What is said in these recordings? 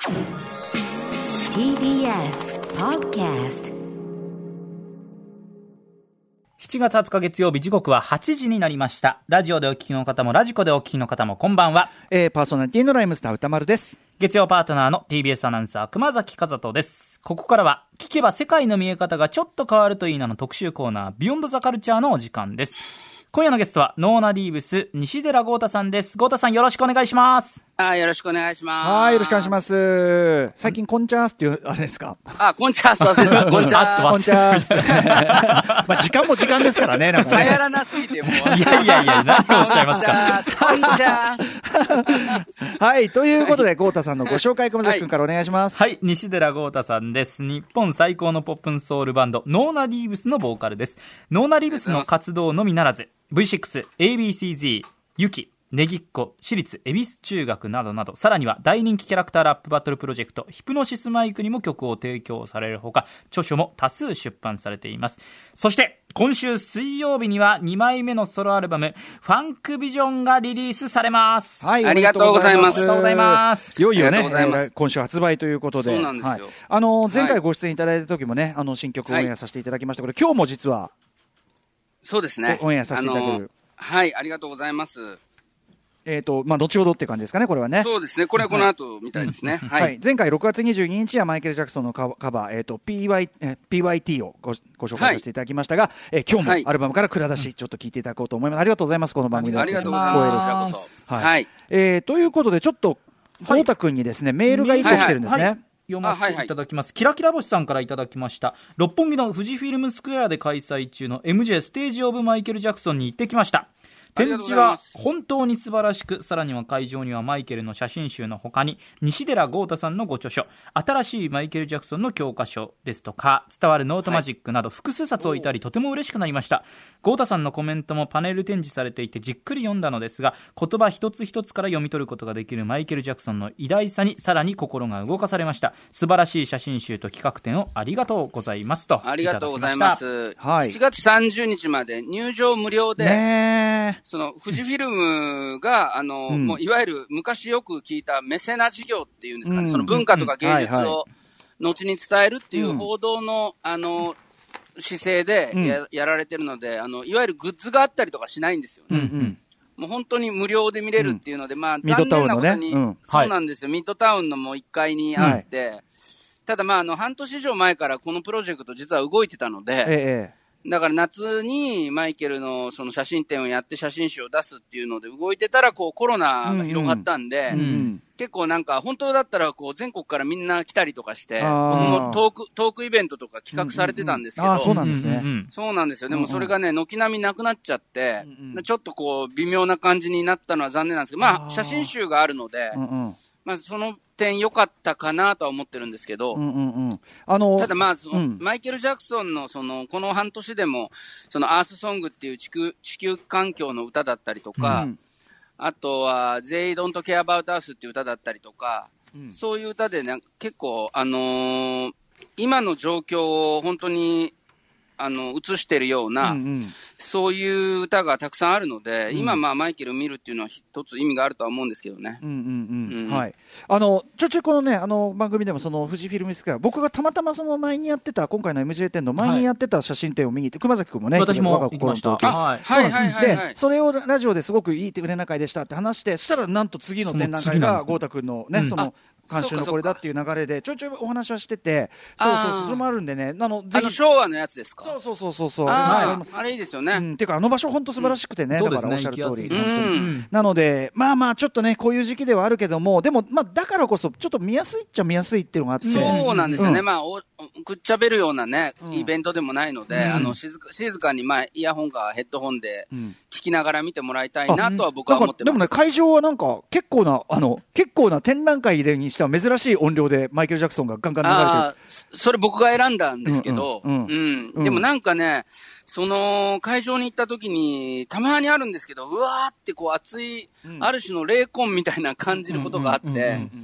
TBS Podcast。 7月20日月曜日、時刻は8時になりました。ラジオでお聞きの方もラジコでお聞きの方もこんばんは。 パーソナリティのライムスター歌丸です。 月曜パートナーの TBS アナウンサー熊崎和人です。ここからは聞けば世界の見え方がちょっと変わるといいなの特集コーナー、ビヨンドザカルチャーのお時間です。今夜のゲストはノーナ・リーブス西寺豪太さんです。豪太さん、よろしくお願いします。 よろしくお願いします。 はい、よろしくお願いします。最近コンチャースっていうあれですか？ コンチャース忘れた。コンチャース。 コンチャース。まあ時間も時間ですからね。なんかね流行らなすぎてもう。 いや何をおっしゃいますか。 コンチャース。 はい、ということで豪太さんのご紹介、熊崎君からお願いします。 はい、西寺豪太さんです。日本最高のポップンソウルバンドノーナ・リーブスのボーカルです。ノーナ・リーブスの活動のみならずV6、ABCZ、ユキ、ネギッコ、私立恵比寿中学などなど、さらには大人気キャラクターラップバトルプロジェクトヒプノシスマイクにも曲を提供されるほか、著書も多数出版されています。そして今週水曜日には2枚目のソロアルバムファンクビジョンがリリースされます。 はい、 ありがとうございます。 ありがとうございます。 いよいよね、今週発売ということで。 そうなんですよ。 はい、前回ご出演いただいた時もね、新曲をオンエアさせていただきましたけど、今日も実はそうですね、 オンエアさせていただける。 はい、ありがとうございます。 まあ、後ほどって感じですかね、これはね。 そうですね、これはこの後みたいですね。はい。 はい、前回6月22日はマイケル・ジャクソンのカバー、PYT をご紹介させていただきましたが、今日もアルバムから蔵出し、ちょっと聞いていただこうと思います。ありがとうございます、この番組で。 ありがとうございます。こちらこそ。 はい。ということで、ちょっと、豪太くんにですね、メールが1個来てるんですね。 読ませていただきます。キラキラ星さんからいただきました。六本木の富士フィルムスクエアで開催中の MJ ステージオブマイケル・ジャクソンに行ってきました。展示は本当に素晴らしく、さらには会場にはマイケルの写真集の他に西寺豪太さんのご著書、新しいマイケル・ジャクソンの教科書ですとか、伝わるノートマジックなど複数冊置いたり、とても嬉しくなりました。豪太さんのコメントもパネル展示されていてじっくり読んだのですが、言葉一つ一つから読み取ることができるマイケル・ジャクソンの偉大さにさらに心が動かされました。素晴らしい写真集と企画展をありがとうございますと。 ありがとうございます。 はい、 7月30日まで入場無料で、その富士フィルムが、もういわゆる昔よく聞いたメセナ事業っていうんですかね、その文化とか芸術を後に伝えるっていう報道の、姿勢で やられてるので、いわゆるグッズがあったりとかしないんですよね。もう本当に無料で見れるっていうので、まあ残念なことに、そうなんですよ。ミッドタウンのもう1階にあって、ただまあ半年以上前からこのプロジェクト実は動いてたので、だから夏にマイケルのその写真展をやって写真集を出すっていうので動いてたら、こうコロナが広がったんで、結構なんか本当だったらこう全国からみんな来たりとかして、僕もトークイベントとか企画されてたんですけど、 そうなんですね。 そうなんですよ。でもそれがね、軒並みなくなっちゃって、ちょっとこう微妙な感じになったのは残念なんですけど、まあ写真集があるので、まあその点良かったかなとは思ってるんですけど、ただまあマイケル・ジャクソンのこの半年でもそのアースソングっていう地球環境の歌だったりとか、あとは They Don't Care About Us っていう歌だったりとか、そういう歌でね、結構今の状況を本当に映してるような、そういう歌がたくさんあるので、今まあマイケルを見るっていうのは一つ意味があるとは思うんですけどね。 はい。ちょいちょいこのね、番組でもその富士フィルムスクエア、僕がたまたまその前にやってた、今回の MJ10 の前にやってた写真展を見に行って、熊崎君もね、 私も行きました。 で、それをラジオですごくいい展覧会でしたって話して、そしたらなんと次の展覧会が豪太君のね、その監修のこれだっていう流れでちょいちょいお話はしてて、そうそれもあるんでね、ぜひ昭和のやつですか。 そうあれいいですよね。 っていうか場所本当素晴らしくてね、だからおっしゃる通りなので、まあちょっとねこういう時期ではあるけども、でもまあだからこそちょっと見やすいっちゃ見やすいっていうのがあって、 そうなんですよね。まあくっちゃべるようなねイベントでもないので、静かにまあイヤホンかヘッドホンで聞きながら見てもらいたいなとは僕は思ってます。 でもね、会場はなんか結構な展覧会にしては珍しい音量でマイケル・ジャクソンがガンガン流れてる。 それ僕が選んだんですけど、でもなんかね、その会場に行った時にたまにあるんですけど、うわーってこう熱い、ある種の霊魂みたいな感じることがあって、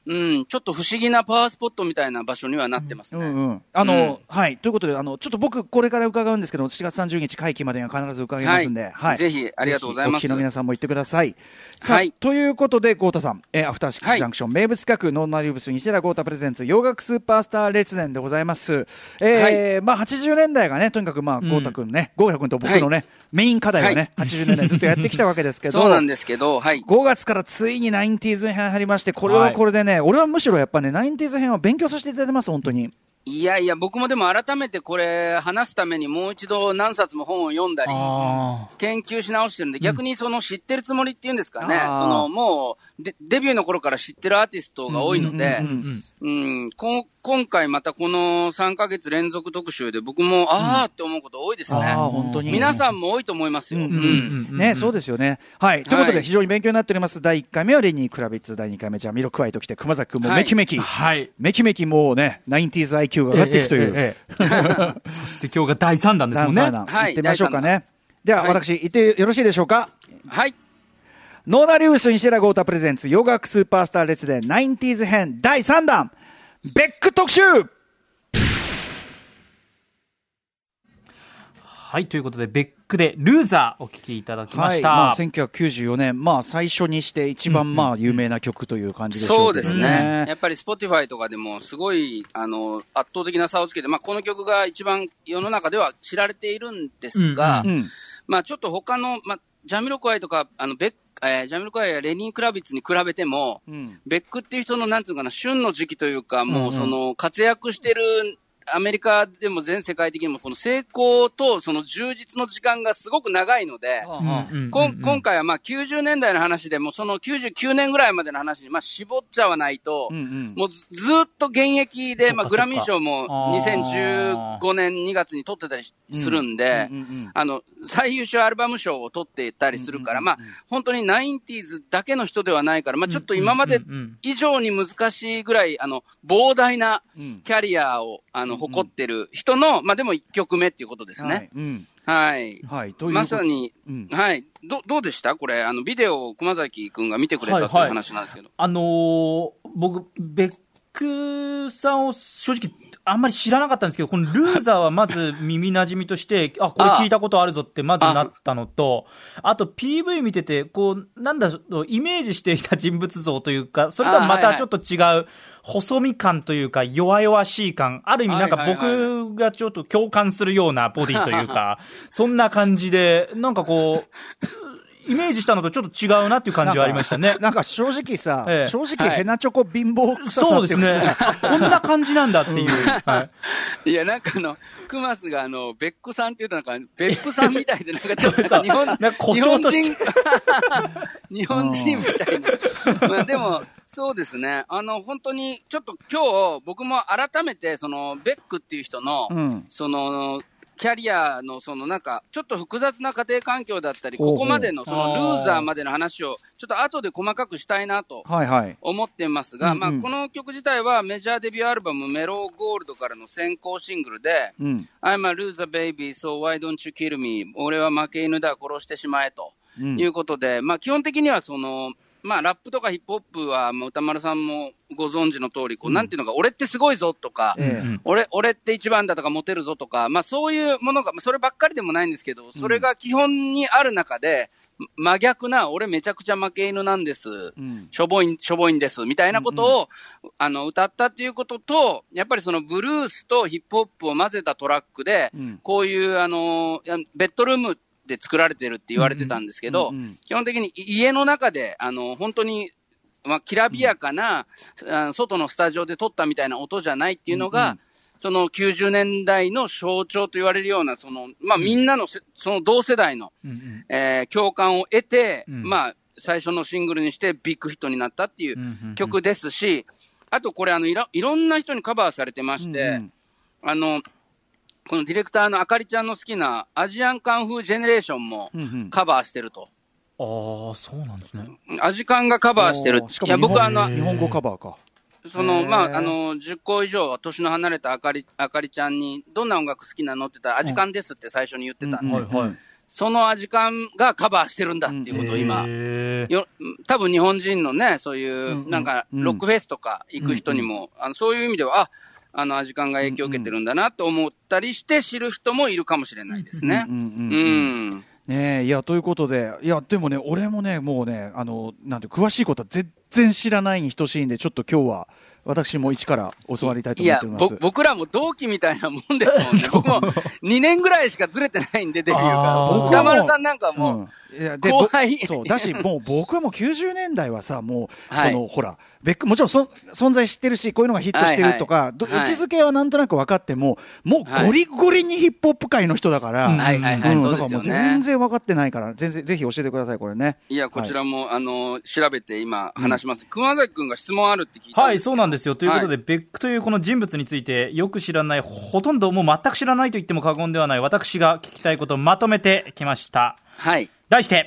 ちょっと不思議なパワースポットみたいな場所にはなってますね。 はい。ということで、ちょっと僕、これから伺うんですけど、7月30日会期までには必ず伺いますんで、 ぜひ、ありがとうございます。 お聞きの皆さんも言ってください。はい。ということで、豪太さん、アフターシックスジャンクション、名物企画、ノンナリウブス西寺豪太プレゼンツ、洋楽スーパースター列伝でございます。80年代がね、とにかく豪太くんね、豪太くんと僕のね、メイン課題をね、80年代ずっとやってきたわけですけど、 そうなんですけど、 5月からついに 90s 編入りまして、これはこれでね、俺はむしろやっぱね、90s 編は勉強させていただいてます、本当に。 いやいや、僕もでも改めてこれ、話すためにもう一度何冊も本を読んだり、研究し直してるんで、逆にその知ってるつもりっていうんですかね、もうデビューの頃から知ってるアーティストが多いので、今回またこの3ヶ月連続特集で僕も、って思うこと多いですね。 本当に。 皆さんも多いと思いますよ。 ね、そうですよね。はい。ということで、非常に勉強になっております。第1回目はレニー・クラビッツ、第2回目、ジャミロクワイときて、熊崎くんもメキメキ。メキメキもうね、90s IQ が上がっていくという。 そして今日が第3弾ですもんね。 行ってみましょうかね。では、私、行ってよろしいでしょうか。 はい。 ノーナリウス西寺豪太プレゼンツ洋楽スーパースター列伝 90s 編第3弾ベック特集。 はい、ということでベックでルーザーお聴きいただきました。 1994年、最初にして一番有名な曲という感じでしょうかね。 そうですね。やっぱり Spotify とかでもすごい圧倒的な差をつけて、この曲が一番世の中では知られているんですが、ちょっと他の、ジャミロクワイとかジャミロクワイやレニー・クラビッツに比べても、ベックっていう人のなんていうかな、旬の時期というか、もうその活躍してるアメリカでも全世界的にもこの成功とその充実の時間がすごく長いので、今回は90年代の話でもその99年ぐらいまでの話に絞っちゃわないと、もうずっと現役で、グラミー賞も2015年2月に取ってたりするんで、最優秀アルバム賞を取っていたりするから、本当に 90s だけの人ではないから、ちょっと今まで以上に難しいぐらい、膨大なキャリアを、誇ってる人の、でも1曲目っていうことですね。はい。まさに、どうでしたこれ、ビデオを熊崎くんが見てくれたっていう話なんですけど。 僕、ベックさんを正直、あんまり知らなかったんですけど、このルーザーはまず耳馴染みとして、これ聞いたことあるぞってまずなったのと、あと PV 見てて、イメージしていた人物像というか、それとはまたちょっと違う、細身感というか、弱々しい感、ある意味なんか僕がちょっと共感するようなボディというか、そんな感じで、イメージしたのとちょっと違うなっていう感じはありましたね。 なんか正直さ、ヘナチョコ貧乏臭さそうですね。こんな感じなんだっていう。 いや、なんかクマスがベックさんって言うとなんか、ベップさんみたいで、なんかちょっと日本人みたいな。でも、そうですね。本当に、ちょっと今日、僕も改めて、ベックっていう人の、キャリアのなんか、ちょっと複雑な家庭環境だったり、ここまでのルーザーまでの話を、ちょっと後で細かくしたいなと思ってますが、この曲自体はメジャーデビューアルバムメローゴールドからの先行シングルで、I'm a loser baby, so why don't you kill me? 俺は負け犬だ、殺してしまえということで、基本的にはラップとかヒップホップは、歌丸さんもご存知の通り、なんていうのか、俺ってすごいぞとか、俺って一番だとか、モテるぞとか、そういうものが、そればっかりでもないんですけど、それが基本にある中で、真逆な、俺めちゃくちゃ負け犬なんです。しょぼいんです。みたいなことを、歌ったっていうことと、やっぱりブルースとヒップホップを混ぜたトラックで、こういう、ベッドルーム、で作られてるって言われてたんですけど、基本的に家の中で、本当に、きらびやかな、外のスタジオで撮ったみたいな音じゃないっていうのが、その90年代の象徴と言われるような、みんなの、同世代の、共感を得て、最初のシングルにしてビッグヒットになったっていう曲ですし、あとこれいろんな人にカバーされてまして、このディレクターのあかりちゃんの好きなアジアンカンフージェネレーションもカバーしてると。 そうなんですね。 アジカンがカバーしてる。 いや、僕は日本語カバーか。 10個以上年の離れたあかりちゃんに、どんな音楽好きなのって言ったら、アジカンですって最初に言ってたんで。 そのアジカンがカバーしてるんだっていうことを今、多分日本人のね、そういう、なんか、ロックフェスとか行く人にも、そういう意味では、アジカンが影響を受けてるんだなと思ったりして知る人もいるかもしれないですね。 ねえ、いや、ということで、いや、でもね、俺もね、もうね、なんて、詳しいことは全然知らないに等しいんで、ちょっと今日は、私も一から教わりたいと思っております。 いや、僕らも同期みたいなもんですもんね。僕も2年ぐらいしかずれてないんで、デビューが。歌丸さんなんかもう、後輩。 そう、だし、もう僕も90年代はさ、もう、ほら、もちろん存在知ってるし、こういうのがヒットしてるとか、位置づけはなんとなく分かっても、もうゴリゴリにヒップホップ界の人だから、だからもう全然分かってないから、ぜひ教えてください、これね。 いや、こちらも、調べて今話します。熊崎くんが質問あるって聞いた。 はい、そうなんですよ。ということで、ベックというこの人物について、よく知らない、ほとんどもう全く知らないと言っても過言ではない、私が聞きたいことをまとめてきました。 はい。 題して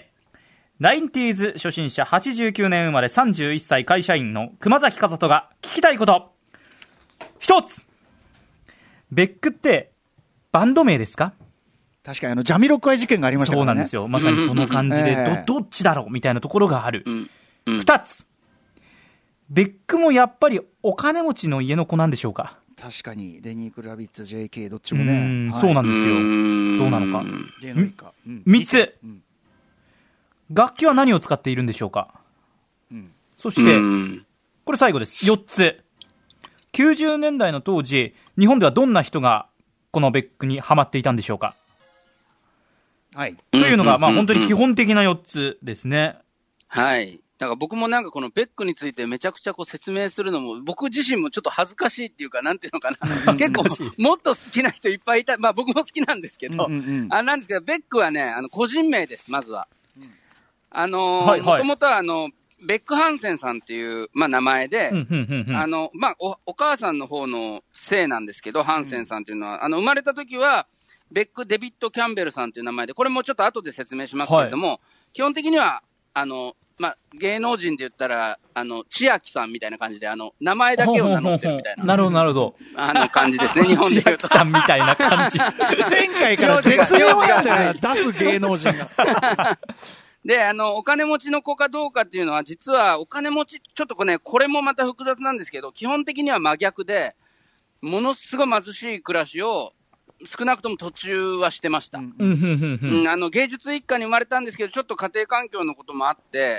、90s 初心者89年生まれ31歳会社員の熊崎和人が聞きたいこと。一つ。ベックってバンド名ですか？ 確かにジャミロクワイ事件がありましたからね。 そうなんですよ。まさにその感じで、どっちだろうみたいなところがある。二つ。ベックもやっぱりお金持ちの家の子なんでしょうか？ 確かにレニー・クラビッツ、JK どっちもね。 そうなんですよ。どうなのか。三つ。楽器は何を使っているんでしょうか？そして、これ最後です。4つ。90年代の当時、日本ではどんな人がこのベックにハマっていたんでしょうか？はい。というのが、まあ本当に基本的な4つですね。 はい。だから僕もなんかこのベックについてめちゃくちゃこう説明するのも、僕自身もちょっと恥ずかしいっていうか、なんていうのかな。結構、もっと好きな人いっぱいいた。まあ僕も好きなんですけど、なんですけど、ベックはね、個人名です、まずは。もともとはベックハンセンさんっていう、まあ名前で、まあお母さんの方の姓なんですけど、ハンセンさんっていうのは、生まれた時は、ベック・デビッド・キャンベルさんっていう名前で、これもちょっと後で説明しますけれども、基本的には、まあ、芸能人で言ったら、千秋さんみたいな感じで、名前だけを名乗ってるみたいな。 なるほど、なるほど。 感じですね、日本で言うと。 千秋さんみたいな感じ。 前回から絶妙なんだよな、出す芸能人が。 で、お金持ちの子かどうかっていうのは、実はお金持ち、ちょっとこれもまた複雑なんですけど、基本的には真逆で、ものすごい貧しい暮らしを、少なくとも途中はしてました。芸術一家に生まれたんですけど、ちょっと家庭環境のこともあって、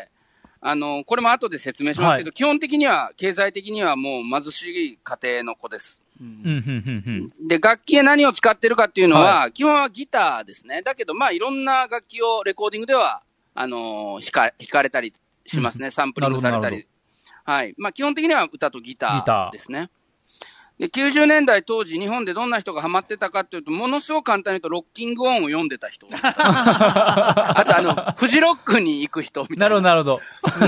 これも後で説明しますけど、基本的には、経済的にはもう貧しい家庭の子です。で、楽器へ何を使ってるかっていうのは、基本はギターですね。だけど、まあ、いろんな楽器をレコーディングでは、弾かれたりしますね。サンプリングされたり。はい。まあ、基本的には歌とギターですね。で、90年代当時、日本でどんな人がハマってたかっていうと、ものすごく簡単に言うと、ロッキングオンを読んでた人。あと、フジロックに行く人みたいな。 なるほど。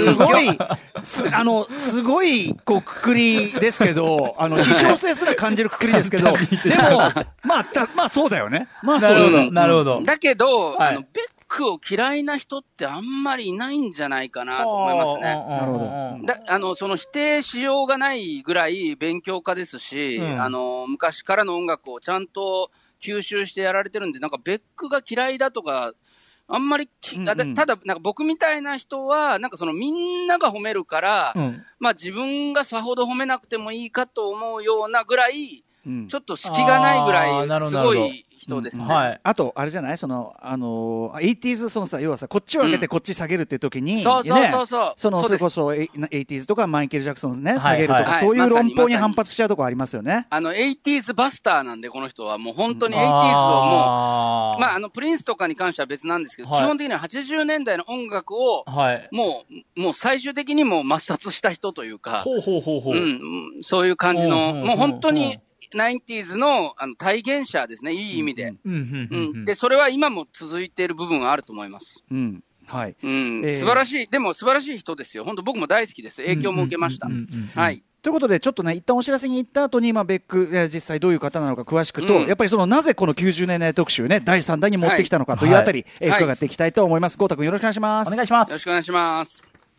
すごい、くくりですけど、非常性すら感じるくくりですけど、でも、まあ、そうだよね。まあ、そうだよ。 なるほど。 だけど、ベックを嫌いな人ってあんまりいないんじゃないかなと思いますね。 なるほど。 その否定しようがないぐらい勉強家ですし、昔からの音楽をちゃんと吸収してやられてるんで、なんかベックが嫌いだとか、あんまりただ、なんか僕みたいな人は、なんかみんなが褒めるから、まあ自分がさほど褒めなくてもいいかと思うようなぐらい、ちょっと隙がないぐらい、すごい、人ですね。 あと、あれじゃない80s、要はさ、こっちを上げてこっち下げるっていう時に、 そう。 それこそ 80s とかマイケル・ジャクソンね、下げるとか、そういう論法に反発しちゃうとこありますよね。 80s バスターなんで、この人はもう本当に 80s をもう、まあ、プリンスとかに関しては別なんですけど、基本的には80年代の音楽を、もう最終的にも抹殺した人というか、そういう感じの、もう本当に、90s の体現者ですね、いい意味で。で、それは今も続いている部分はあると思います。 はい。 素晴らしい、でも素晴らしい人ですよ。本当僕も大好きです。影響も受けました。はい。 ということで、ちょっとね、一旦お知らせに行った後に、ベック、実際どういう方なのか詳しくと、やっぱりなぜこの90年代特集ね、第3弾に持ってきたのかというあたり、伺っていきたいと思います。豪太君よろしくお願いします。 お願いします。 よろしくお願いします。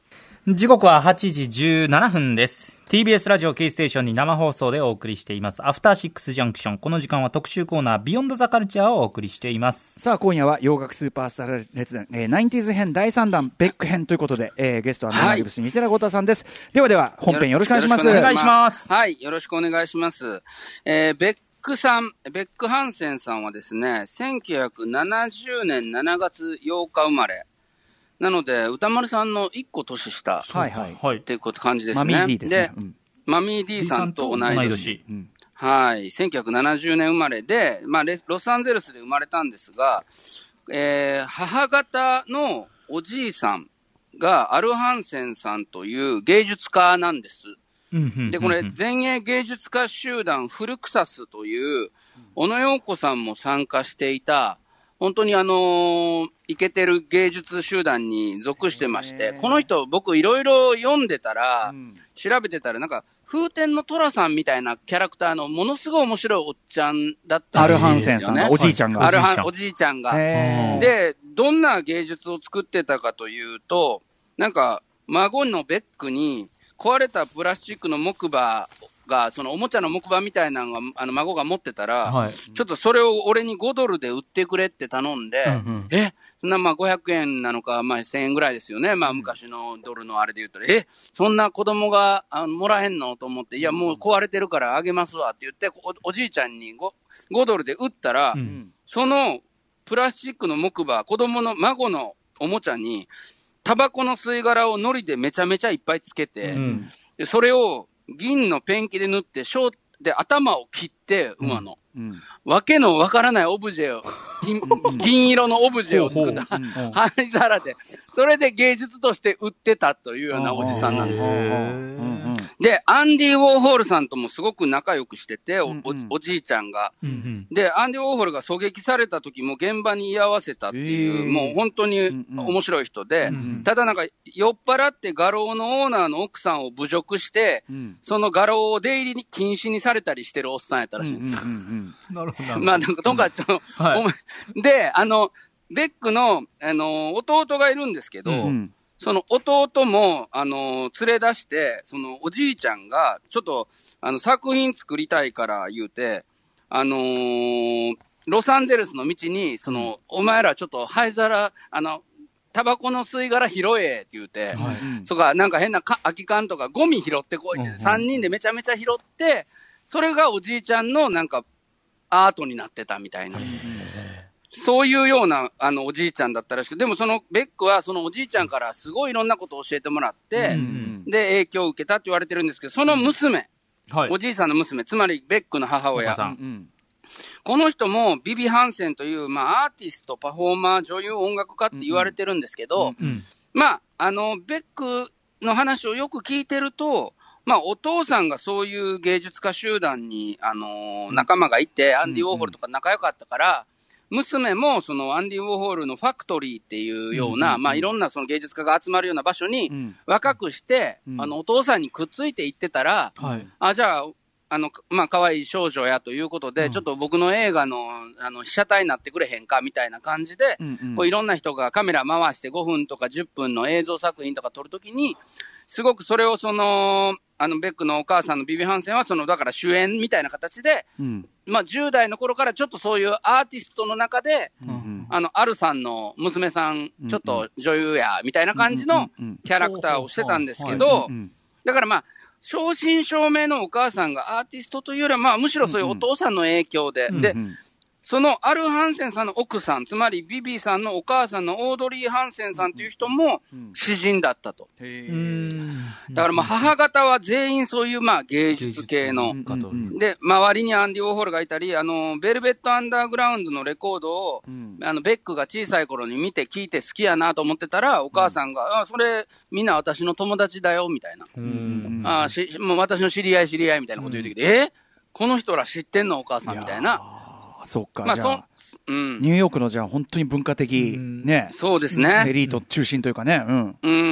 時刻は8時17分です。 TBS ラジオキーステーションに生放送でお送りしていますアフターシックスジャンクション。この時間は特集コーナービヨンドザカルチャーをお送りしています。 さあ今夜は洋楽スーパースター列伝、90s 編第3弾ベック編ということで、ゲストはメガギブス西寺豪太さんです。では本編よろしくお願いします。 お願いします。 はい、よろしくお願いします。ベックハンセンさんはですね、1970年7月8日生まれなので、歌丸さんの1個年下っていう感じですね。 マミー D ですね。 マミー D さんと同い年。はい。1970年生まれで、ロサンゼルスで生まれたんですが、母方のおじいさんがアル・ハンセンさんという芸術家なんです。で、これ、前衛芸術家集団フルクサスという、小野洋子さんも参加していた、本当にイケてる芸術集団に属してまして、この人僕いろいろ読んでたら、調べてたらなんか、風天の寅さんみたいなキャラクターのものすごい面白いおっちゃんだったんですよね。 アルハンセンさんが、おじいちゃんが。 おじいちゃんが。で、どんな芸術を作ってたかというと、なんか、孫のベックに壊れたプラスチックの木馬が、そのおもちゃの木馬みたいなのが、孫が持ってたら、ちょっとそれを俺に$5で売ってくれって頼んで、そんな500円なのか、1000円ぐらいですよね。昔のドルのあれで言うと、そんな子供がもらえんのと思って、いや、もう壊れてるからあげますわって言って、おじいちゃんに$5で売ったら、そのプラスチックの木馬、孫のおもちゃに、タバコの吸い殻を海苔でめちゃめちゃいっぱいつけて、それを銀のペンキで塗って、で頭を切って、馬の。わけのわからないオブジェを、銀色のオブジェを作った灰皿で、それで芸術として売ってたというようなおじさんなんですよ。で、アンディ・ウォーホルさんともすごく仲良くしてて、おじいちゃんが。で、アンディ・ウォーホルが狙撃された時も現場に居合わせたっていう、もう本当に面白い人で、ただなんか酔っ払って画廊のオーナーの奥さんを侮辱して、その画廊を出入りに禁止にされたりしてるおっさんやったらしいんですよ。 なるほど。 なんか、とか、で、ベックの、弟がいるんですけど、その弟も、連れ出して、そのおじいちゃんが、ちょっと、作品作りたいから言うて、ロサンゼルスの道に、お前らちょっと灰皿、タバコの吸い殻拾えって言うて、そっか、なんか変な空き缶とかゴミ拾ってこいって、3人でめちゃめちゃ拾って、それがおじいちゃんのなんか、アートになってたみたいな。そういうような、おじいちゃんだったらしく、でもそのベックはそのおじいちゃんからすごいいろんなことを教えてもらって、で、影響を受けたって言われてるんですけど、その娘、おじいさんの娘、つまりベックの母親。この人もビビ・ハンセンという、アーティスト、パフォーマー、女優、音楽家って言われてるんですけど、ベックの話をよく聞いてると、お父さんがそういう芸術家集団に、仲間がいて、アンディ・ウォーホルとか仲良かったから、娘もそのアンディ・ウォーホルのファクトリーっていうような、いろんなその芸術家が集まるような場所に若くして、お父さんにくっついていってたら、じゃあ、可愛い少女やということで、ちょっと僕の映画の、被写体になってくれへんかみたいな感じで、こういろんな人がカメラ回して5分とか10分の映像作品とか撮るときに、すごくそれをベックのお母さんのビビ・ハンセンは、だから主演みたいな形で、10代の頃からちょっとそういうアーティストの中で、アルさんの娘さん、ちょっと女優や、みたいな感じのキャラクターをしてたんですけど、だから正真正銘のお母さんがアーティストというよりは、むしろそういうお父さんの影響で、で、そのアル・ハンセンさんの奥さん、つまりビビさんのお母さんのオードリー・ハンセンさんという人も詩人だったと。だから母方は全員そういう芸術系の。で、周りにアンディ・ウォーホルがいたり、ベルベット・アンダーグラウンドのレコードを、ベックが小さい頃に見て聞いて好きやなと思ってたら、お母さんが、それみんな私の友達だよ、みたいな。もう私の知り合いみたいなこと言うてきて、この人ら知ってんのお母さんみたいな。 そっか、じゃあ、ニューヨークのじゃあ本当に文化的、ね。 そうですね。 エリート中心というかね。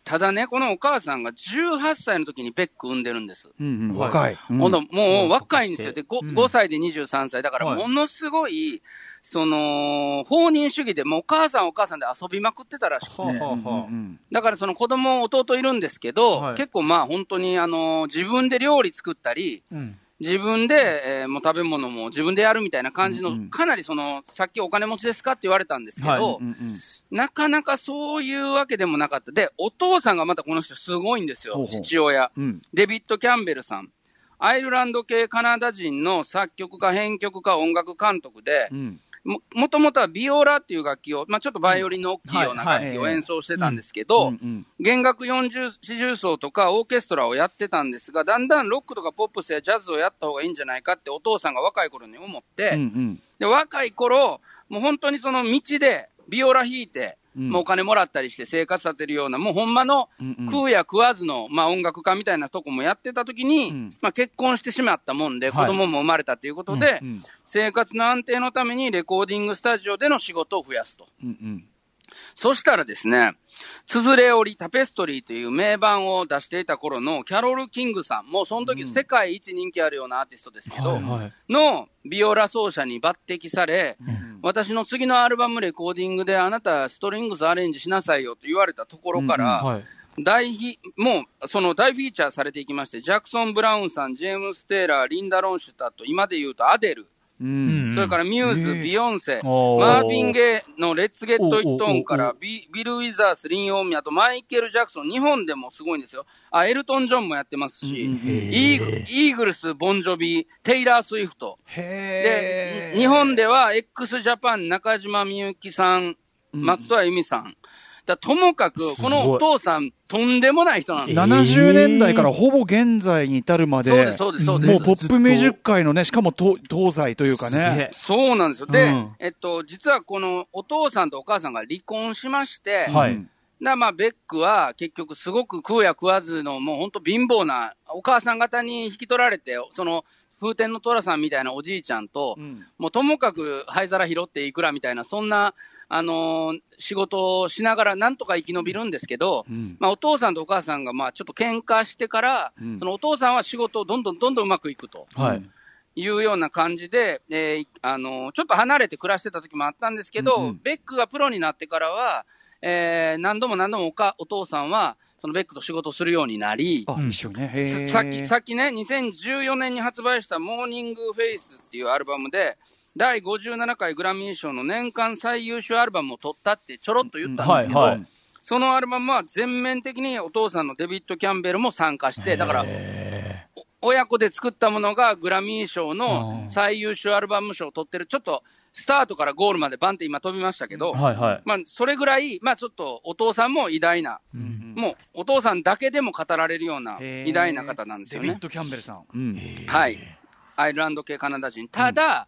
ただね、このお母さんが18歳の時にベック産んでるんです。 若い。 もう若いんですよ。で、5歳で23歳。だからものすごい、放任主義で、もうお母さんで遊びまくってたらしくて。だからその子供、弟いるんですけど、結構まあ本当に自分で料理作ったり、自分で、もう食べ物も自分でやるみたいな感じの、かなりさっきお金持ちですかって言われたんですけど、なかなかそういうわけでもなかった。で、お父さんがまたこの人すごいんですよ、父親。デビッド・キャンベルさん。アイルランド系カナダ人の作曲家、編曲家、音楽監督で、もともとはビオラっていう楽器を、まあちょっとバイオリンの大きいような楽器を演奏してたんですけど、弦楽40奏とかオーケストラをやってたんですが、だんだんロックとかポップスやジャズをやった方がいいんじゃないかってお父さんが若い頃に思って、で若い頃、もう本当にその道でビオラ弾いて、もうお金もらったりして生活させるような、もうほんまの食うや食わずの、まあ音楽家みたいなとこもやってた時に、まあ結婚してしまったもんで、子供も生まれたということで、生活の安定のためにレコーディングスタジオでの仕事を増やすと。そしたらですね、つづれ折りタペストリーという名盤を出していた頃のキャロル・キングさん、もうその時世界一人気あるようなアーティストですけど、のビオラ奏者に抜擢され、私の次のアルバムレコーディングであなたストリングスアレンジしなさいよと言われたところから、もう大フィーチャーされていきまして、ジャクソン・ブラウンさん、ジェームス・テイラー、リンダ・ロンシュタット、今で言うとアデル、それからミューズ、ビヨンセ、マーヴィン・ゲイのレッツ・ゲット・イット・オンからビル・ウィザース、リン・オンミ、あとマイケル・ジャクソン、日本でもすごいんですよ。エルトン・ジョンもやってますし、イーグルス、ボンジョビ、テイラー・スウィフト。で、日本では x ジャパン、中島みゆきさん、松任谷由実さん。ともかく、このお父さん、とんでもない人なんです。 70年代からほぼ現在に至るまで、 そうです。もうポップミュージック界のね、しかも東西というかね。 そうなんですよ。で、実はこのお父さんとお母さんが離婚しまして、まあ、ベックは結局すごく食うや食わずの、もう本当貧乏なお母さん方に引き取られて、風天の寅さんみたいなおじいちゃんと、もうともかく灰皿拾っていくらみたいな、そんな、仕事をしながらなんとか生き延びるんですけど、まあお父さんとお母さんがまあちょっと喧嘩してから、そのお父さんは仕事をどんどんうまくいくと。いうような感じで、ちょっと離れて暮らしてた時もあったんですけど、ベックがプロになってからは、何度もお父さんは、そのベックと仕事するようになり、さっきね、2014年に発売したモーニングフェイスっていうアルバムで、第57回グラミー賞の年間最優秀アルバムを取ったってちょろっと言ったんですけど、そのアルバムは全面的にお父さんのデビッド・キャンベルも参加して、だから、親子で作ったものがグラミー賞の最優秀アルバム賞を取ってる、ちょっとスタートからゴールまでバンって今飛びましたけど、まあそれぐらい、まあちょっとお父さんも偉大な、もうお父さんだけでも語られるような偉大な方なんですよね。 デビッド・キャンベルさん。 はい。アイルランド系カナダ人。ただ、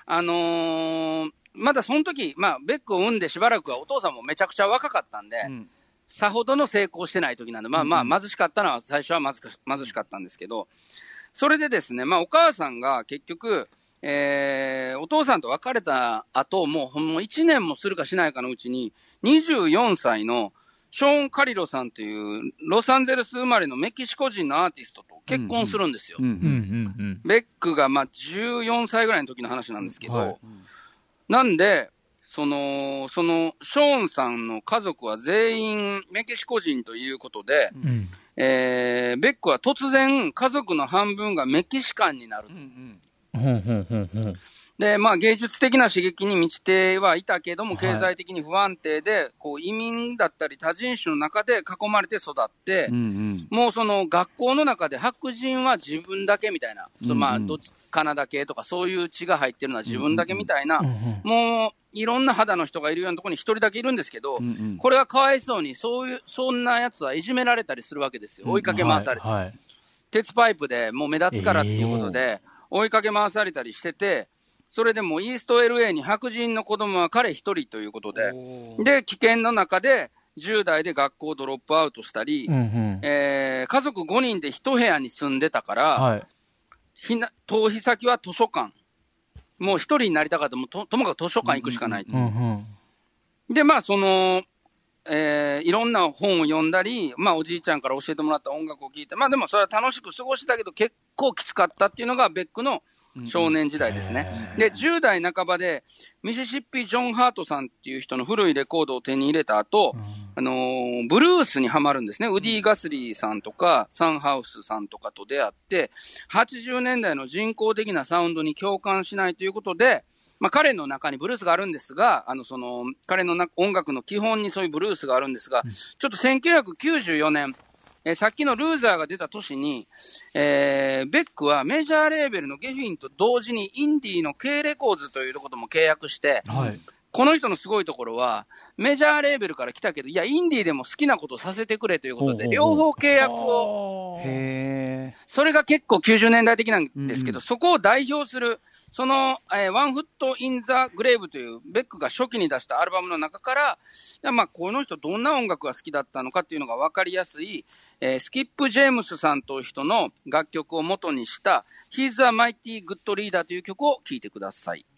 まだその時、まあ、ベックを産んでしばらくはお父さんもめちゃくちゃ若かったんで、さほどの成功してない時なんで、まあ、貧しかったのは、最初は貧しかったんですけど、それでですね、まあ、お母さんが結局、お父さんと別れた後、もう1年もするかしないかのうちに、24歳のショーン・カリロさんというロサンゼルス生まれのメキシコ人のアーティストと結婚するんですよ。ベックがまあ14歳ぐらいの時の話なんですけど、なんで、そのショーンさんの家族は全員メキシコ人ということで、ベックは突然家族の半分がメキシカンになると。で、まあ芸術的な刺激に満ちてはいたけども、経済的に不安定で、こう移民だったり多人種の中で囲まれて育って、もうその学校の中で白人は自分だけみたいな、まあカナダ系とかそういう血が入ってるのは自分だけみたいな、もういろんな肌の人がいるようなところに一人だけいるんですけど、これはかわいそうに、そんなやつはいじめられたりするわけですよ。追いかけ回されて。鉄パイプでもう目立つからっていうことで、追いかけ回されたりしてて、それでもイースト LA に白人の子供は彼一人ということで、で、危険の中で10代で学校ドロップアウトしたり、家族5人で一部屋に住んでたから、逃避先は図書館。もう一人になりたかったらともかく図書館行くしかないと。で、まあいろんな本を読んだり、まあおじいちゃんから教えてもらった音楽を聴いて、まあでもそれは楽しく過ごしたけど結構きつかったっていうのがベックの少年時代ですね。で、10代半ばでミシシッピ・ジョン・ハートさんっていう人の古いレコードを手に入れた後、ブルースにハマるんですね。ウディ・ガスリーさんとか、サンハウスさんとかと出会って、80年代の人工的なサウンドに共感しないということで、まあ彼の中にブルースがあるんですが、彼の音楽の基本にそういうブルースがあるんですが、ちょっと1994年、さっきのルーザーが出た年に、ベックはメジャーレーベルのゲフィンと同時にインディーの K レコーズというところとも契約して、はい、この人のすごいところは、メジャーレーベルから来たけど、いや、インディーでも好きなことをさせてくれということで、両方契約を、それが結構90年代的なんですけど、そこを代表する、その、ワンフット・イン・ザ・グレーブというベックが初期に出したアルバムの中から、まあ、この人どんな音楽が好きだったのかっていうのが分かりやすい、スキップ・ジェームスさんという人の楽曲を元にした He's a Mighty Good Leader という曲を聴いてください。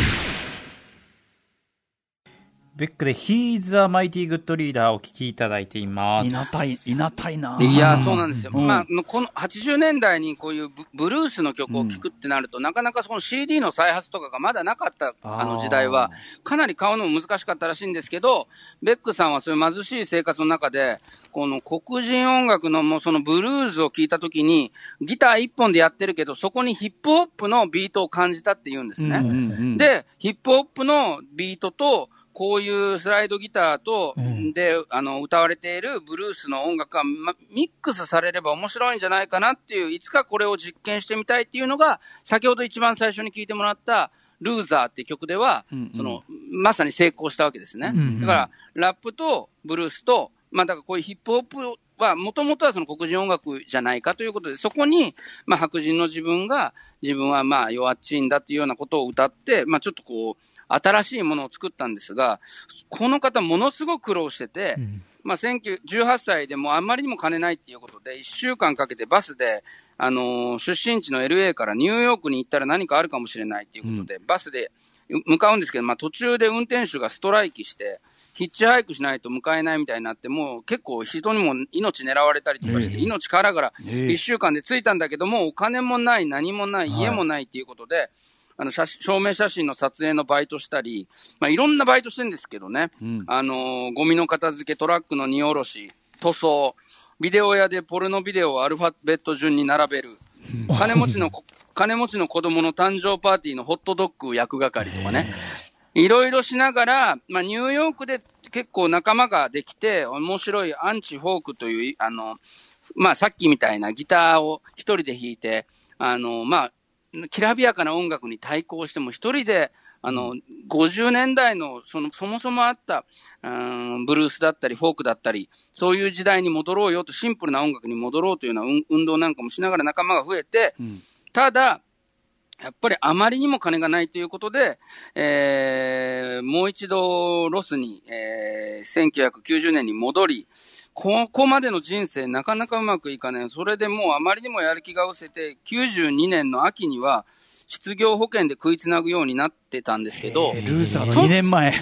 ベックで He's a Mighty Good Leader をお聴きいただいています。 いなたいな。 いや、そうなんですよ。まあ、この80年代にこういうブルースの曲を聴くってなると、なかなかその CD の再発とかがまだなかった時代は、かなり買うのも難しかったらしいんですけど、ベックさんはそういう貧しい生活の中で、この黒人音楽のもうそのブルースを聴いたときに、ギター一本でやってるけど、そこにヒップホップのビートを感じたって言うんですね。で、ヒップホップのビートと、こういうスライドギターと、で、歌われているブルースの音楽が、ミックスされれば面白いんじゃないかなっていう、いつかこれを実験してみたいっていうのが、先ほど一番最初に聴いてもらった、ルーザーって曲では、まさに成功したわけですね。だから、ラップとブルースと、まあ、だからこういうヒップホップは、もともとはその黒人音楽じゃないかということで、そこに、まあ、白人の自分はまあ、弱っちいんだっていうようなことを歌って、まあ、ちょっとこう、新しいものを作ったんですが、この方ものすごく苦労してて、まあ、18歳でもあんまりにも金ないっていうことで、1週間かけてバスで、出身地の LA からニューヨークに行ったら何かあるかもしれないっていうことで、バスで向かうんですけど、まあ、途中で運転手がストライキして、ヒッチハイクしないと向かえないみたいになって、もう結構人にも命狙われたりとかして、命からがら1週間で着いたんだけども、お金もない、何もない、家もないっていうことで、証明写真の撮影のバイトしたり、まあ、いろんなバイトしてるんですけどね、ゴミの片付け、トラックの荷下ろし、塗装、ビデオ屋でポルノビデオをアルファベット順に並べる、金持ちの子供の誕生パーティーのホットドッグ焼く係とかね、いろいろしながら、まあ、ニューヨークで結構仲間ができて、面白いアンチフォークという、まあ、さっきみたいなギターを一人で弾いて、まあ、きらびやかな音楽に対抗しても一人で、50年代のそもそもあった、ブルースだったりフォークだったり、そういう時代に戻ろうよと、シンプルな音楽に戻ろうというような運動なんかもしながら仲間が増えて、ただ、やっぱりあまりにも金がないということで、もう一度ロスに、1990年に戻り、ここまでの人生なかなかうまくいかない。それでもうあまりにもやる気が失せて、92年の秋には失業保険で食いつなぐようになってたんですけど、 ルーザーの2年前。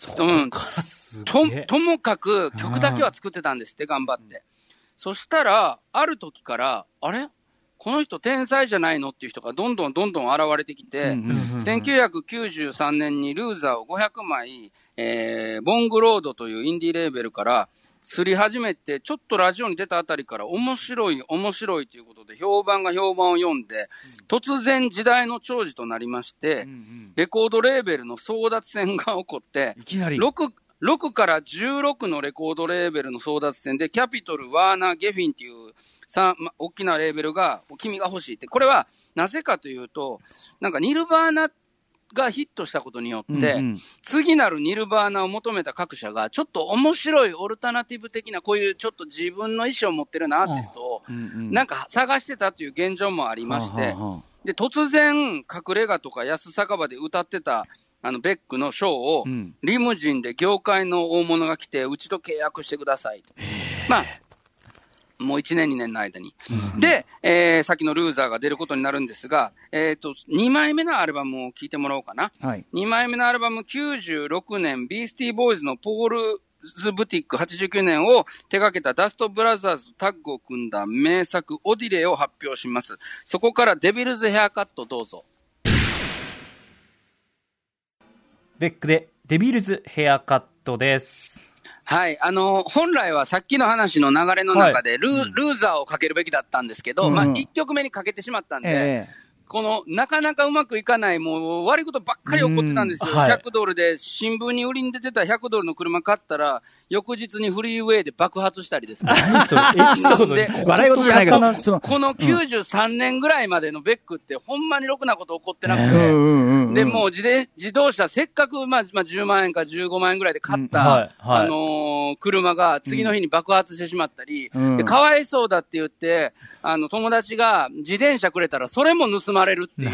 ともかく曲だけは作ってたんですって、頑張って。そしたら、ある時から、あれこの人天才じゃないのっていう人がどんどん現れてきて、1993年にルーザーを500枚、ボングロードというインディーレーベルからすり始めて、ちょっとラジオに出たあたりから面白いということで評判を読んで、突然時代の寵児となりまして、レコードレーベルの争奪戦が起こって、 いきなり 6から16のレコードレーベルの争奪戦で、キャピトル、ワーナー、ゲフィンっていう大きなレーベルが、君が欲しいって。これは、なぜかというと、なんかニルバーナがヒットしたことによって、次なるニルバーナを求めた各社が、ちょっと面白いオルタナティブ的な、こういうちょっと自分の意思を持ってるようなアーティストを、なんか探してたという現状もありまして、で、突然、隠れ家とか安酒場で歌ってた、ベックのショーを、リムジンで業界の大物が来て、うちと契約してくださいと。まあ、もう1年2年の間に。で、さっきのルーザーが出ることになるんですが、2枚目のアルバムを聴いてもらおうかな。2枚目のアルバム96年、ビースティーボーイズのポール・ズブティック89年を手掛けたダストブラザーズとタッグを組んだ名作オディレイを発表します。そこからデビルズヘアカットどうぞ。 ベックでデビルズヘアカットです。 はい。本来はさっきの話の流れの中でルーザーをかけるべきだったんですけど、まあ、1曲目にかけてしまったんで、この、なかなかうまくいかない、もう悪いことばっかり起こってたんですよ。100ドルで、新聞に売りに出てた100ドルの車買ったら、翌日にフリーウェイで爆発したりですね。 何それエピソードで。 笑い事じゃないけど。 この93年ぐらいまでのベックって、ほんまにろくなこと起こってなくて、で、もう自動車、せっかく、まあ、10万円か15万円ぐらいで買った、車が次の日に爆発してしまったり、で、かわいそうだって言って、友達が自転車くれたら、それも盗まれるっていう、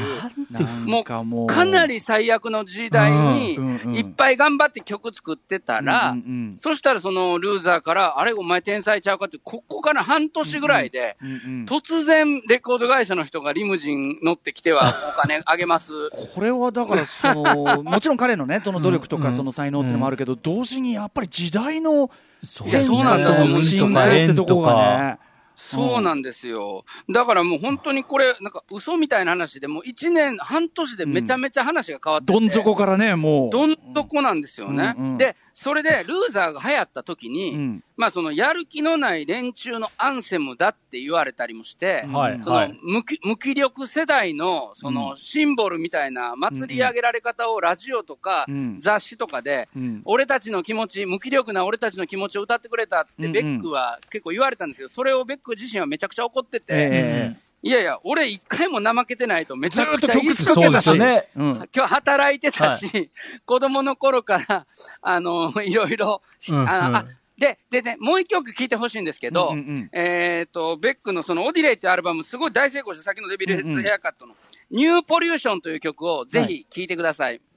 もう、かなり最悪の時代に、いっぱい頑張って曲作ってたら、そしたらそのルーザーから、あれお前天才ちゃうかって、ここから半年ぐらいで、突然レコード会社の人がリムジン乗ってきてはお金あげます。 これはだからもちろん彼のね、その努力とかその才能っていうのもあるけど、同時にやっぱり時代の、 いや、そうなんだと思う。 信頼ってとこがね。 そうなんですよ。だからもう本当にこれ、なんか嘘みたいな話で、もう半年でめちゃめちゃ話が変わってて、 どん底からね、もう。 どん底なんですよね。で、それでルーザーが流行った時に、まあそのやる気のない連中のアンセムだって言われたりもして、その無気力世代のそのシンボルみたいな祭り上げられ方をラジオとか雑誌とかで、俺たちの気持ち、無気力な俺たちの気持ちを歌ってくれたってベックは結構言われたんですけど、それをベック自身はめちゃくちゃ怒ってて、いやいや、俺一回も怠けてないとめちゃくちゃ言いつけたし、今日働いてたし、子供の頃から、いろいろ、でね、もう一曲聴いてほしいんですけど、ベックのそのオディレイっていうアルバム、すごい大成功した先のデビルズヘアカットの、ニューポリューションという曲をぜひ聴いてください。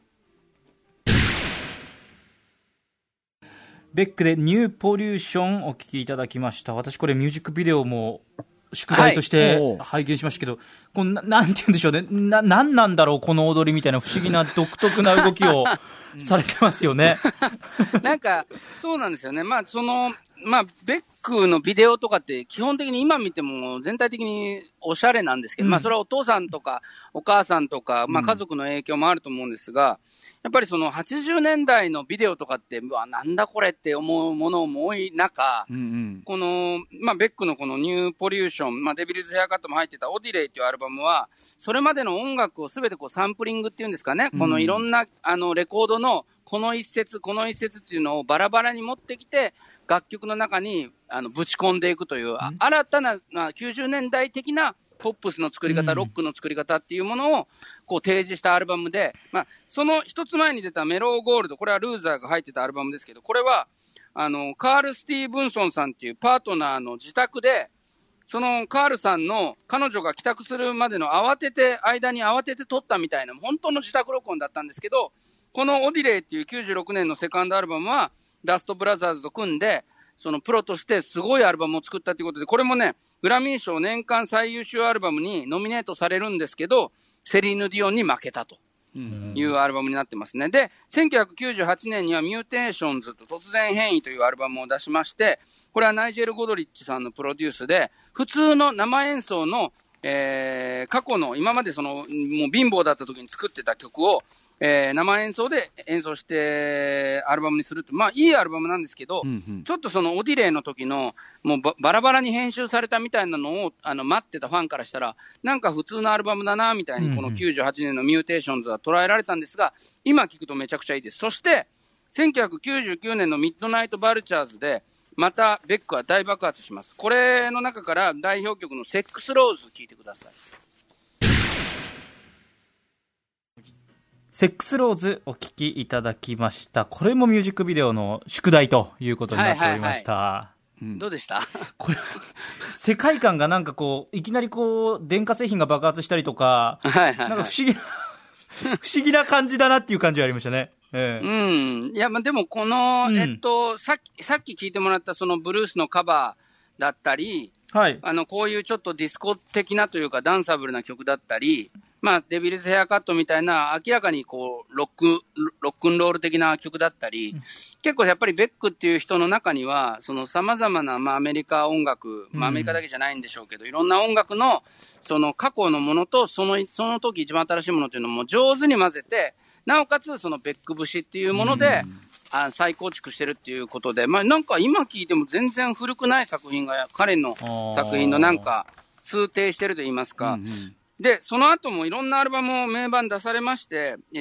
ベックでニューポリューションをお聴きいただきました。私これミュージックビデオも宿題として拝見しましたけど、このなんて言うんでしょうね、なんなんだろうこの踊りみたいな不思議な独特な動きをされてますよね。 なんかそうなんですよね。まあベックのビデオとかって基本的に今見ても全体的におしゃれなんですけど、まあそれはお父さんとかお母さんとか、まあ家族の影響もあると思うんですが、やっぱりその80年代のビデオとかって、なんだこれって思うものも多い中、この、まあベックのこのニューポリューション、まあデビルズヘアカットも入ってたオディレイっていうアルバムは、それまでの音楽をすべてこうサンプリングっていうんですかね、このいろんなレコードのこの一節っていうのをバラバラに持ってきて、楽曲の中にぶち込んでいくという、新たな90年代的なポップスの作り方、ロックの作り方っていうものをこう提示したアルバムで、まあ、その一つ前に出たメローゴールド、これはルーザーが入ってたアルバムですけど、これは、カール・スティーブンソンさんっていうパートナーの自宅で、そのカールさんの彼女が帰宅するまでの間に慌てて撮ったみたいな、本当の自宅録音だったんですけど、このオディレイっていう96年のセカンドアルバムは、ダストブラザーズと組んで、そのプロとしてすごいアルバムを作ったということで、これもね、グラミー賞年間最優秀アルバムにノミネートされるんですけど、セリーヌ・ディオンに負けたというアルバムになってますね。で、1998年にはミューテーションズと突然変異というアルバムを出しまして、これはナイジェル・ゴドリッチさんのプロデュースで、普通の生演奏の、過去の今までもう貧乏だった時に作ってた曲を、生演奏で演奏してアルバムにするって、まあいいアルバムなんですけど、ちょっとそのオディレイの時のもうバラバラに編集されたみたいなのを待ってたファンからしたら、なんか普通のアルバムだなみたいにこの98年のミューテーションズは捉えられたんですが、今聞くとめちゃくちゃいいです。そして1999年のミッドナイトバルチャーズでまたベックは大爆発します。これの中から代表曲のセックスローズ聴いてください。 セックスローズお聴きいただきました。これもミュージックビデオの宿題ということになっておりました。 どうでした？ これ世界観がなんかこういきなりこう電化製品が爆発したりとか、なんか不思議な感じだなっていう感じがありましたね。 いや、まあ、でもこの、さっき聞いてもらったそのブルースのカバーだったり、こういうちょっとディスコ的なというかダンサブルな曲だったり、 まあ、デビルズヘアカットみたいな、明らかにこう、ロックンロール的な曲だったり、結構やっぱりベックっていう人の中には、その様々な、まあ、アメリカ音楽、まあ、アメリカだけじゃないんでしょうけど、いろんな音楽の、その過去のものと、その時一番新しいものっていうのも上手に混ぜて、なおかつ、そのベック節っていうもので、再構築してるっていうことで、まあ、なんか今聴いても全然古くない作品が、彼の作品のなんか、通底してると言いますか、で、その後もいろんなアルバムを名盤出されまして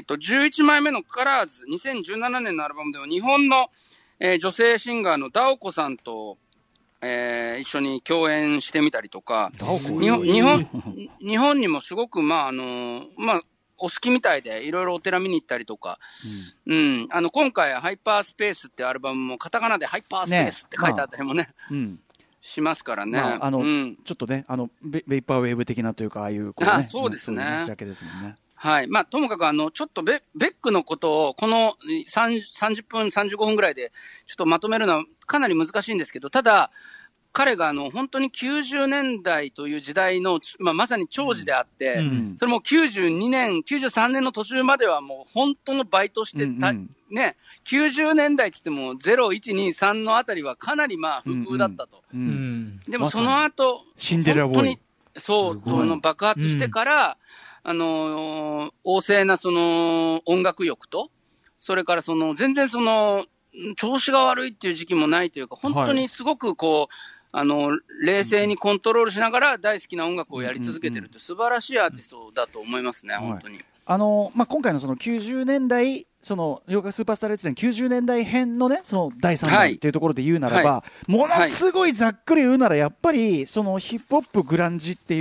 、11枚目のカラーズ、2017年のアルバムでは日本の、女性シンガーのダオコさんと、一緒に共演してみたりとか、日本にもすごく、まあ、まあ、お好きみたいで、いろいろお寺見に行ったりとか、今回ハイパースペースってアルバムもカタカナでハイパースペースって書いてあったりもね、しますからね。 まあ、ちょっとね、ベイパーウェーブ的なというか、ああいう、 そうですね。 打ち明けですもんね。 はい。まあ、ともかくちょっとベックのことを、この30分、35分ぐらいで、ちょっとまとめるのはかなり難しいんですけど、ただ、彼が本当に90年代という時代の、まあ、まさに長寿であって、それも92年、93年の途中まではもう本当のバイトしてた、ね、90年代って言っても0、1、2、3のあたりはかなりまあ不遇だったと。でもその後、 シンデレラボーイ。 本当に、そう、爆発してから、旺盛なその音楽欲と、それから全然調子が悪いっていう時期もないというか、本当にすごくこう、冷静にコントロールしながら大好きな音楽をやり続けてるって素晴らしいアーティストだと思いますね、本当に。 まあ、今回のその90年代、洋楽スーパースター列伝90年代編のね、第3弾っていうところで言うならば、ものすごいざっくり言うなら、やっぱり、ヒップホップグランジっていう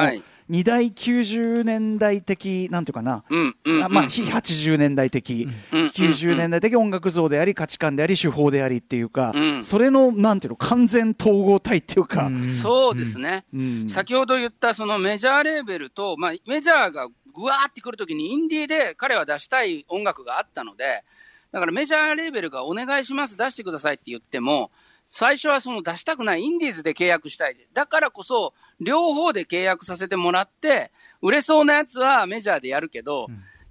、2大90年代的、なんていうかな、まあ、非80年代的、90年代的音楽像であり、価値観であり、手法でありっていうか、それの、なんていうの、完全統合体っていうか。 そうですね。先ほど言ったメジャーレーベルと、まあ、メジャーがぐわーってくるときにインディーで彼は出したい音楽があったので、だからメジャーレーベルがお願いします、出してくださいって言っても、最初は出したくないインディーズで契約したい。だからこそ、両方で契約させてもらって、売れそうなやつはメジャーでやるけど、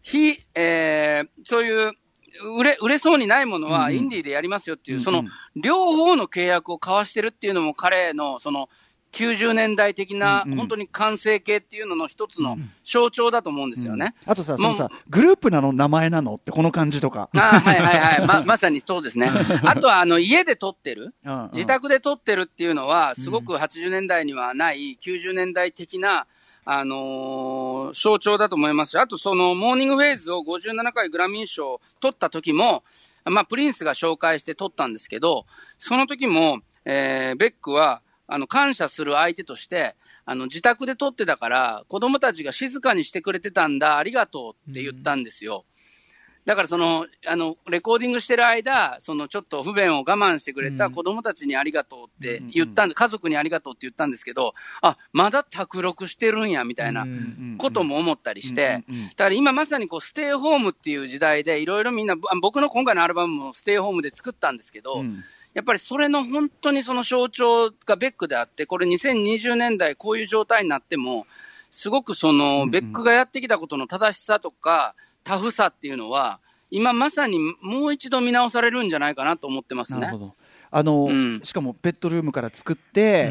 そういう、売れそうにないものはインディーでやりますよっていう、両方の契約を交わしてるっていうのも彼の、90年代的な、本当に完成形っていうのの一つの象徴だと思うんですよね。 あとさ、グループなの名前なのってこの感じとか。 まさにそうですね。あとは、家で撮ってる、自宅で撮ってるっていうのは、すごく80年代にはない90年代的な、象徴だと思いますし、あとモーニングフェイズを57回グラミー賞を取った時も、まあ、プリンスが紹介して取ったんですけど、その時も、ベックは、感謝する相手として、自宅で撮ってたから、子供たちが静かにしてくれてたんだ、ありがとうって言ったんですよ。だからレコーディングしてる間、ちょっと不便を我慢してくれた子供たちにありがとうって言ったんで、家族にありがとうって言ったんですけど、まだ卓録してるんや、みたいなことも思ったりして、だから今まさにステイホームっていう時代で、いろいろみんな、僕の今回のアルバムもステイホームで作ったんですけど、やっぱりそれの本当に象徴がベックであって、これ2020年代こういう状態になっても、すごくベックがやってきたことの正しさとか、タフさっていうのは、今まさにもう一度見直されるんじゃないかなと思ってますね。 なるほど。しかもベッドルームから作って、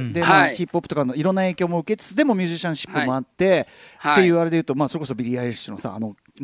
で、ヒップホップとかのいろんな影響も受けつつでもミュージシャンシップもあって、っていうあれで言うと、まあ、それこそビリー・アイリッシュのさ、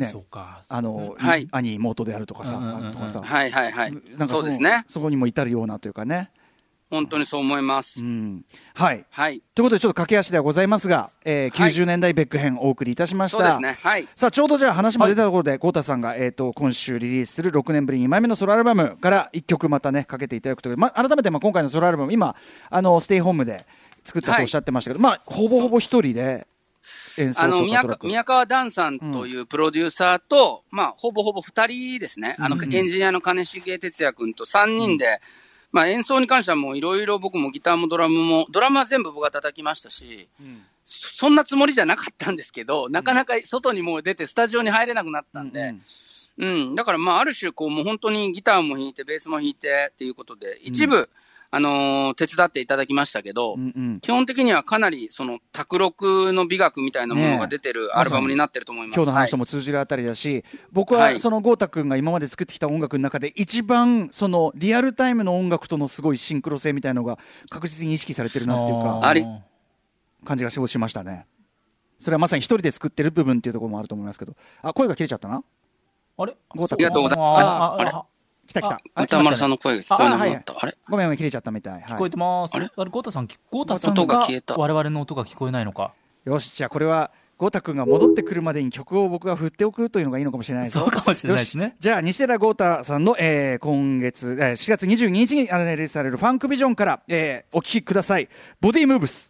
兄、妹であるとかさ、なんかそうですね。 そこにも至るようなというかね。 本当にそう思います。 はい。ということで、ちょっと駆け足ではございますが、90年代ベック編お送りいたしました。 そうですね。はい。 さあ、ちょうどじゃあ話も出たところで、豪太さんが、今週リリースする6年ぶり2枚目のソロアルバムから1曲またね、かけていただくという改めて、今回のソロアルバム、今、ステイホームで作ったとおっしゃってましたけど、ほぼほぼ一人で、演奏とか宮川ダンさんというプロデューサーと、ほぼほぼ2人ですね。エンジニアの金重哲也君と3人で、演奏に関してはもういろいろ僕もギターもドラムは全部僕が叩きましたし、そんなつもりじゃなかったんですけど、なかなか外にもう出てスタジオに入れなくなったんで、だからある種もう本当にギターも弾いてベースも弾いてっていうことで、一部、 手伝っていただきましたけど、基本的にはかなりその卓録の美学みたいなものが出てるアルバムになってると思います。 今日の話とも通じるあたりだし、僕はその豪太君が今まで作ってきた音楽の中で一番そのリアルタイムの音楽とのすごいシンクロ性みたいなのが確実に意識されてるなっていうか感じがしましたね。それはまさに一人で作ってる部分っていうところもあると思いますけど、声が切れちゃったな。 あれ、 豪太君、ありがとうございます。 あれ来た。 歌丸さんの声が聞こえなくなった。あれごめん、切れちゃったみたい。 聞こえてます。あれ豪太さんが我々の音が聞こえないのか。 よし、じゃあこれは豪太君が戻ってくるまでに曲を僕が振っておくというのがいいのかもしれないです。 そうかもしれないですね。 じゃあ西寺豪太さんの、今月、4月22日にリリースされるファンクビジョンから、お聴きください。ボディームーブス。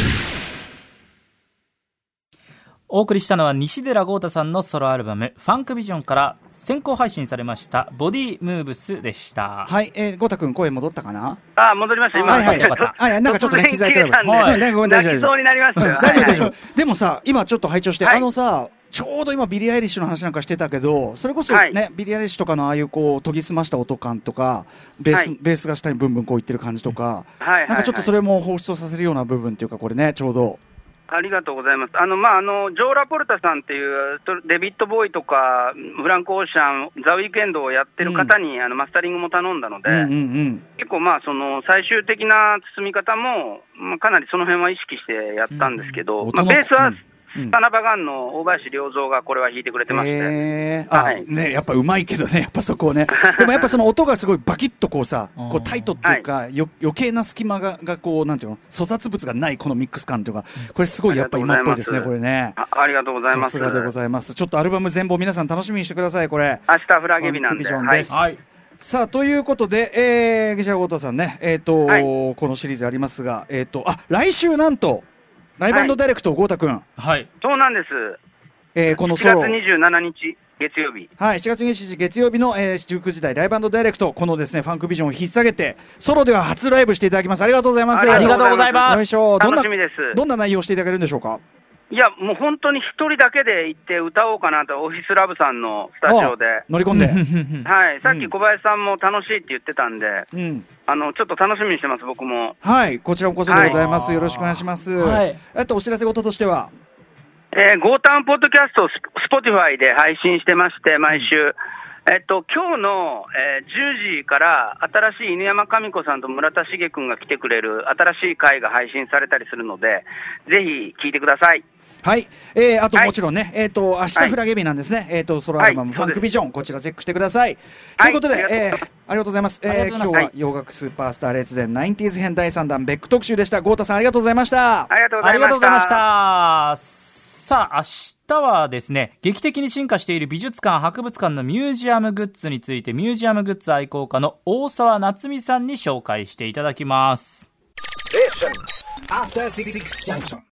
お送りしたのは西寺豪太さんのソロアルバムファンクビジョンから先行配信されましたボディームーブスでした。 はい、豪太君声戻ったかな。 戻りました。今なんかちょっとね機材トラブル、ごめん、大丈夫。泣きそうになりました。大丈夫。でもさ、今ちょっと拝聴して、さ、ちょうど今ビリー・アイリッシュの話なんかしてたけど、それこそね、ビリー・アイリッシュとかのああいうこう研ぎ澄ました音感とかベースが下にブンブンこういってる感じとか、なんかちょっとそれも放出させるような部分っていうか、これねちょうど。 ありがとうございます。ジョー・ラポルタさんっていうデビッド・ボーイとかフランク・オーシャン、ザ・ウィークエンドをやってる方に、マスタリングも頼んだので、結構その最終的な包み方も、かなりその辺は意識してやったんですけど、ベースはサナバガンの大林良三がこれは弾いてくれてまして、 ね、やっぱうまいけどね、やっぱそこをねでもやっぱその音がすごいバキッとこうさ、こうタイトっていうか、余計な隙間がこうなんていうの、粗雑物がないこのミックス感というか、これすごいやっぱ今っぽいですね、これね。 ありがとうございます。 さすがでございます。ちょっとアルバム全貌皆さん楽しみにしてください。これ明日フラゲ日なんで。 さあということで、西田豪太さんね、このシリーズありますが、来週なんとライブ&ダイレクト、豪太君。 はい。そうなんです。 このソロ。 4月27日、月曜日。 はい、4月27日月曜日の、19時台ライブ&ダイレクト、このですね、ファンクビジョンを引っ提げて、ソロでは初ライブしていただきます。ありがとうございます。 ありがとうございます。 楽しみです。 どんな内容をしていただけるんでしょうか。 いや、もう本当に一人だけで行って歌おうかなと、オフィスラブさんのスタジオで。 乗り込んで。 はい。さっき小林さんも楽しいって言ってたんで、ちょっと楽しみにしてます、僕も。 はい。こちらこそでございます。よろしくお願いします。はい。お知らせ事としては、 ゴータンポッドキャスト、スポティファイで配信してまして、毎週。今日の、10時から新しい犬山神子さんと村田茂君が来てくれる新しい回が配信されたりするので、ぜひ聞いてください。 はい。あともちろんね、明日フラゲ日なんですね。ソロアルバム、ファンクビジョン、こちらチェックしてください。ということで、ありがとうございます。今日は洋楽スーパースター列伝 90s 編第3弾ベック特集でした。豪太さんありがとうございました。 ありがとうございました。 さあ、明日はですね、劇的に進化している美術館、博物館のミュージアムグッズについて、ミュージアムグッズ愛好家の大沢夏美さんに紹介していただきます。